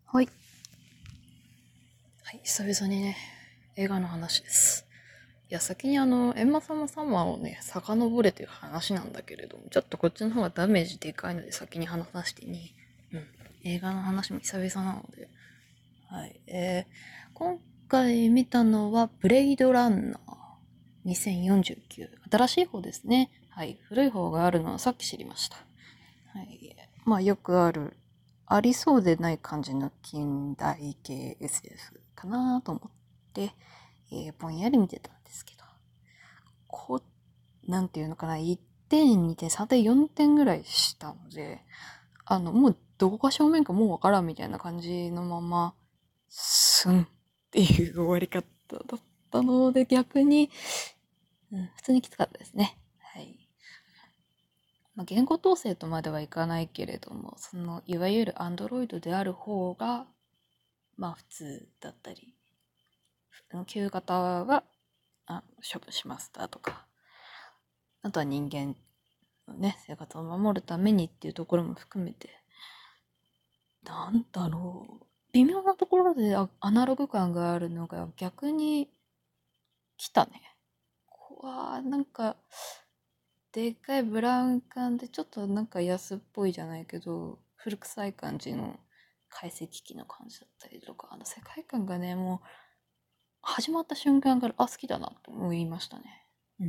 はい。はい、久々にね、映画の話です。いや、先にエンマ様様をね、遡れという話なんだけれども、ちょっとこっちの方がダメージでかいので先に話させてに、映画の話も久々なので、はい、今回見たのは、ブレイドランナー2049。新しい方ですね。はい、古い方があるのはさっき知りました。はい。まあよくありそうでない感じの近代系 SF かなと思って、ぼんやり見てたんですけど、なんていうのかな、1点、2点、3点、4点ぐらいしたので、もうどこが正面かもうわからんみたいな感じのまま、スンっていう終わり方だったので、逆に、普通にきつかったですね。はい。言語統制とまではいかないけれども、いわゆるアンドロイドである方が、普通だったり、旧型は処分しますだとか、あとは人間のね、生活を守るためにっていうところも含めて、なんだろう。微妙なところでアナログ感があるのが逆に来たね。なんか、でっかいブラウン管でちょっとなんか安っぽいじゃないけど、古臭い感じの解析機の感じだったりとか、世界観がね、もう始まった瞬間から好きだなと思いましたね。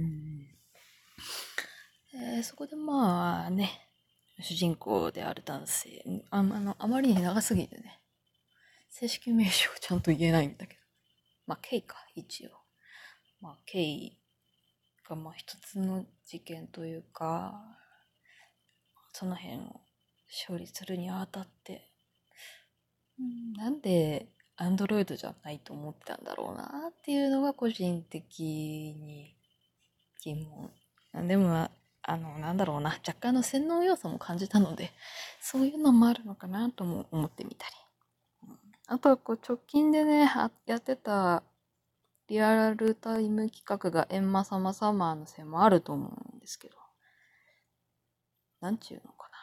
そこで主人公である男性、あまりに長すぎてね、正式名称ちゃんと言えないんだけど、ケイか、一応。ケイが一つの事件というか、その辺を処理するにあたって、なんでアンドロイドじゃないと思ってたんだろうなっていうのが個人的に疑問。でも、なんだろうな、若干の洗脳要素も感じたので、そういうのもあるのかなとも思ってみたり。あとは直近でね、やってたリアルタイム企画がエンマ様サマーのせいもあると思うんですけど、なんちゅうのかな。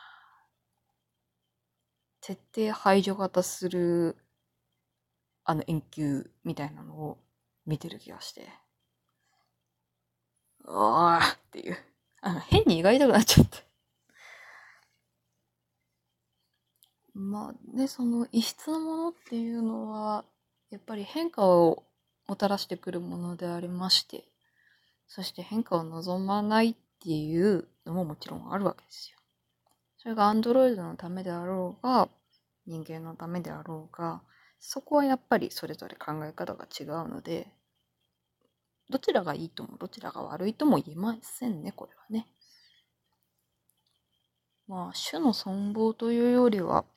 設定排除型する、延休みたいなのを見てる気がして、あーっていう。変に胃が痛くなっちゃって。その異質なものっていうのは、やっぱり変化をもたらしてくるものでありまして、そして変化を望まないっていうのももちろんあるわけですよ。それがアンドロイドのためであろうが、人間のためであろうが、そこはやっぱりそれぞれ考え方が違うので、どちらがいいともどちらが悪いとも言えませんね、これはね。種の存亡というよりは、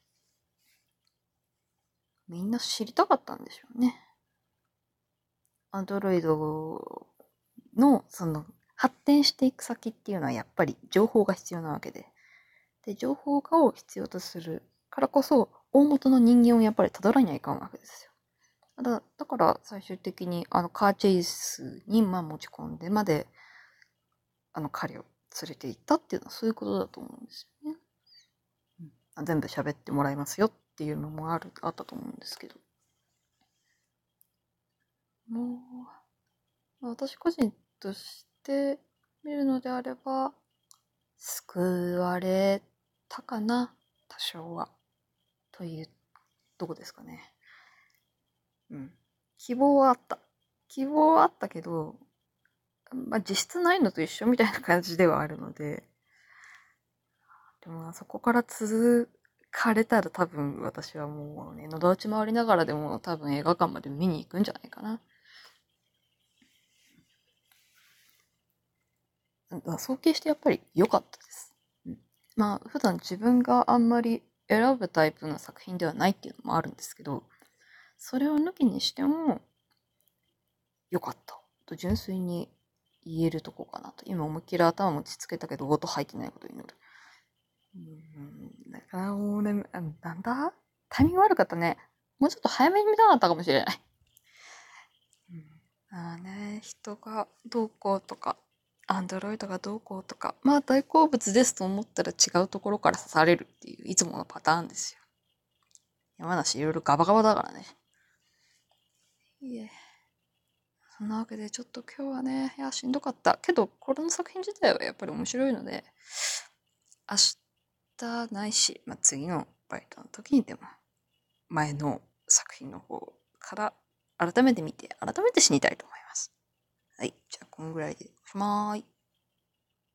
みんな知りたかったんでしょうね。アンドロイドの発展していく先っていうのはやっぱり情報が必要なわけで。で、情報化を必要とするからこそ、大元の人間をやっぱり辿らにはいかんわけですよ。だから最終的にカーチェイスに持ち込んでまで彼を連れて行ったっていうのはそういうことだと思うんですよね。全部喋ってもらいますよっていうのもあったと思うんですけど。も私個人として見るのであれば、救われたかな、多少は。というとこですかね。希望はあった。希望はあったけど、実質ないのと一緒みたいな感じではあるので、でもそこから続かれたら多分私はもうね、喉打ち回りながらでも多分映画館まで見に行くんじゃないかな。総計してやっぱり良かったです。普段自分があんまり選ぶタイプの作品ではないっていうのもあるんですけど、それを抜きにしても良かったと純粋に言えるとこかなと。今思いっきり頭持ちつけたけど音入ってないことになる。だからもうね、なんだタイミング悪かったね。もうちょっと早めに見たかったかもしれない。人がどうこうとか、アンドロイドがどうこうとか、大好物ですと思ったら違うところから刺されるっていういつものパターンですよ。 山梨いろいろガバガバだからね。いえ。そんなわけでちょっと今日はね、いや、しんどかった。けど、これの作品自体はやっぱり面白いので、明日ないし、次のバイトの時にでも、前の作品の方から改めて見て、改めて死にたいと思います。はい。じゃあ、こんぐらいでおしまーい。